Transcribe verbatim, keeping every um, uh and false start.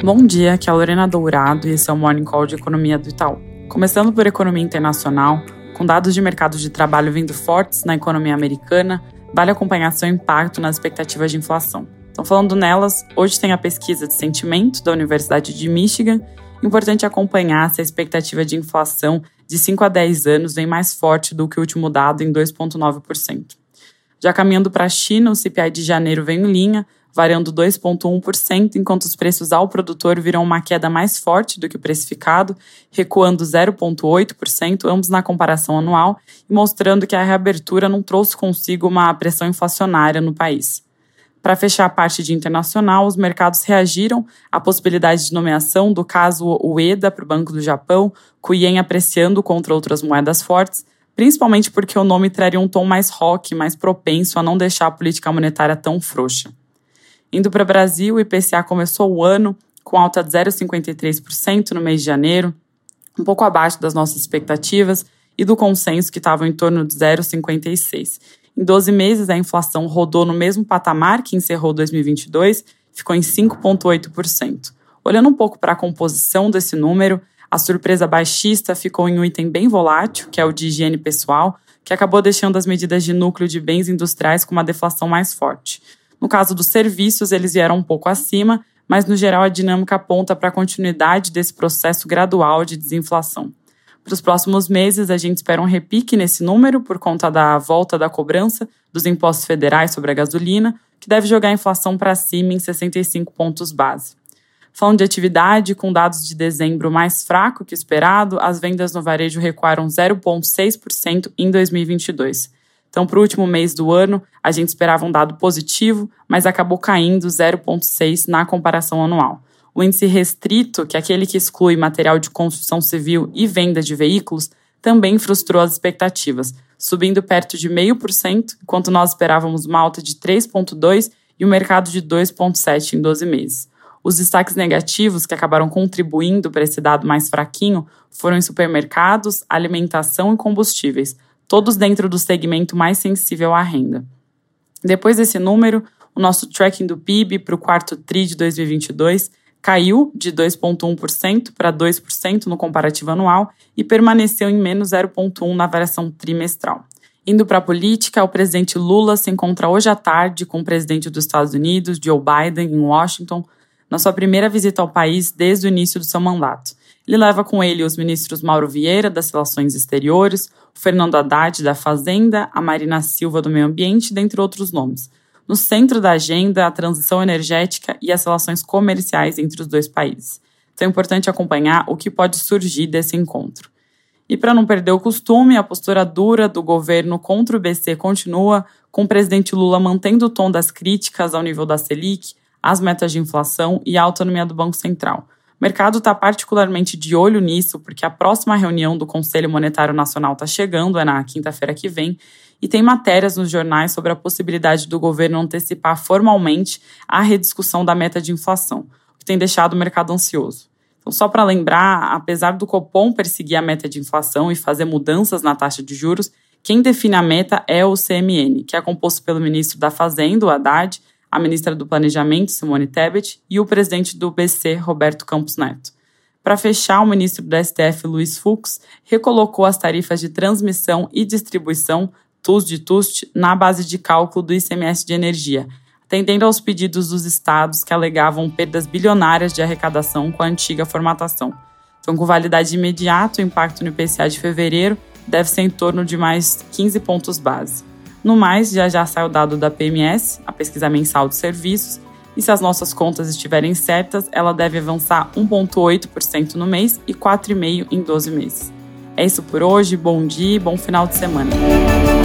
Bom dia, aqui é a Lorena Dourado e esse é o Morning Call de Economia do Itaú. Começando por economia internacional, com dados de mercado de trabalho vindo fortes na economia americana, vale acompanhar seu impacto nas expectativas de inflação. Então, falando nelas, hoje tem a pesquisa de sentimento da Universidade de Michigan. Importante acompanhar se a expectativa de inflação de cinco a dez anos vem mais forte do que o último dado em dois vírgula nove por cento. Já caminhando para a China, o C P I de janeiro veio em linha, variando dois vírgula um por cento, enquanto os preços ao produtor viram uma queda mais forte do que o precificado, recuando zero vírgula oito por cento, ambos na comparação anual, e mostrando que a reabertura não trouxe consigo uma pressão inflacionária no país. Para fechar a parte de internacional, os mercados reagiram à possibilidade de nomeação do caso Ueda para o Banco do Japão, com o ien apreciando contra outras moedas fortes, principalmente porque o nome traria um tom mais rock, mais propenso a não deixar a política monetária tão frouxa. Indo para o Brasil, o I P C A começou o ano com alta de zero vírgula cinquenta e três por cento no mês de janeiro, um pouco abaixo das nossas expectativas e do consenso que estava em torno de zero vírgula cinquenta e seis por cento. Em doze meses, a inflação rodou no mesmo patamar que encerrou dois mil e vinte e dois, ficou em cinco vírgula oito por cento. Olhando um pouco para a composição desse número, a surpresa baixista ficou em um item bem volátil, que é o de higiene pessoal, que acabou deixando as medidas de núcleo de bens industriais com uma deflação mais forte. No caso dos serviços, eles vieram um pouco acima, mas no geral a dinâmica aponta para a continuidade desse processo gradual de desinflação. Para os próximos meses, a gente espera um repique nesse número por conta da volta da cobrança dos impostos federais sobre a gasolina, que deve jogar a inflação para cima em sessenta e cinco pontos base. Falando de atividade, com dados de dezembro mais fraco que o esperado, as vendas no varejo recuaram zero vírgula seis por cento em dois mil e vinte e dois. Então, para o último mês do ano, a gente esperava um dado positivo, mas acabou caindo zero vírgula seis por cento na comparação anual. O índice restrito, que é aquele que exclui material de construção civil e venda de veículos, também frustrou as expectativas, subindo perto de zero vírgula cinco por cento, enquanto nós esperávamos uma alta de três vírgula dois por cento e o mercado de dois vírgula sete por cento em doze meses. Os destaques negativos que acabaram contribuindo para esse dado mais fraquinho foram em supermercados, alimentação e combustíveis, todos dentro do segmento mais sensível à renda. Depois desse número, o nosso tracking do P I B para o quarto tri de dois mil e vinte e dois caiu de dois vírgula um por cento para dois por cento no comparativo anual e permaneceu em menos zero vírgula um por cento na variação trimestral. Indo para a política, o presidente Lula se encontra hoje à tarde com o presidente dos Estados Unidos, Joe Biden, em Washington, na sua primeira visita ao país desde o início do seu mandato. Ele leva com ele os ministros Mauro Vieira, das Relações Exteriores, o Fernando Haddad, da Fazenda, a Marina Silva, do Meio Ambiente, dentre outros nomes. No centro da agenda, a transição energética e as relações comerciais entre os dois países. Então é importante acompanhar o que pode surgir desse encontro. E para não perder o costume, a postura dura do governo contra o B C continua, com o presidente Lula mantendo o tom das críticas ao nível da Selic, as metas de inflação e a autonomia do Banco Central. O mercado está particularmente de olho nisso, porque a próxima reunião do Conselho Monetário Nacional está chegando, é na quinta-feira que vem, e tem matérias nos jornais sobre a possibilidade do governo antecipar formalmente a rediscussão da meta de inflação, o que tem deixado o mercado ansioso. Então, só para lembrar, apesar do Copom perseguir a meta de inflação e fazer mudanças na taxa de juros, quem define a meta é o C M N, que é composto pelo ministro da Fazenda, o Haddad, a ministra do Planejamento, Simone Tebet, e o presidente do B C, Roberto Campos Neto. Para fechar, o ministro do S T F, Luiz Fux, recolocou as tarifas de transmissão e distribuição, T U S de T U S T, na base de cálculo do I C M S de energia, atendendo aos pedidos dos estados que alegavam perdas bilionárias de arrecadação com a antiga formatação. Então, com validade imediata, o impacto no I P C A de fevereiro deve ser em torno de mais quinze pontos base. No mais, já já sai o dado da P M S, a pesquisa mensal de serviços, e se as nossas contas estiverem certas, ela deve avançar um vírgula oito por cento no mês e quatro vírgula cinco por cento em doze meses. É isso por hoje, bom dia e bom final de semana.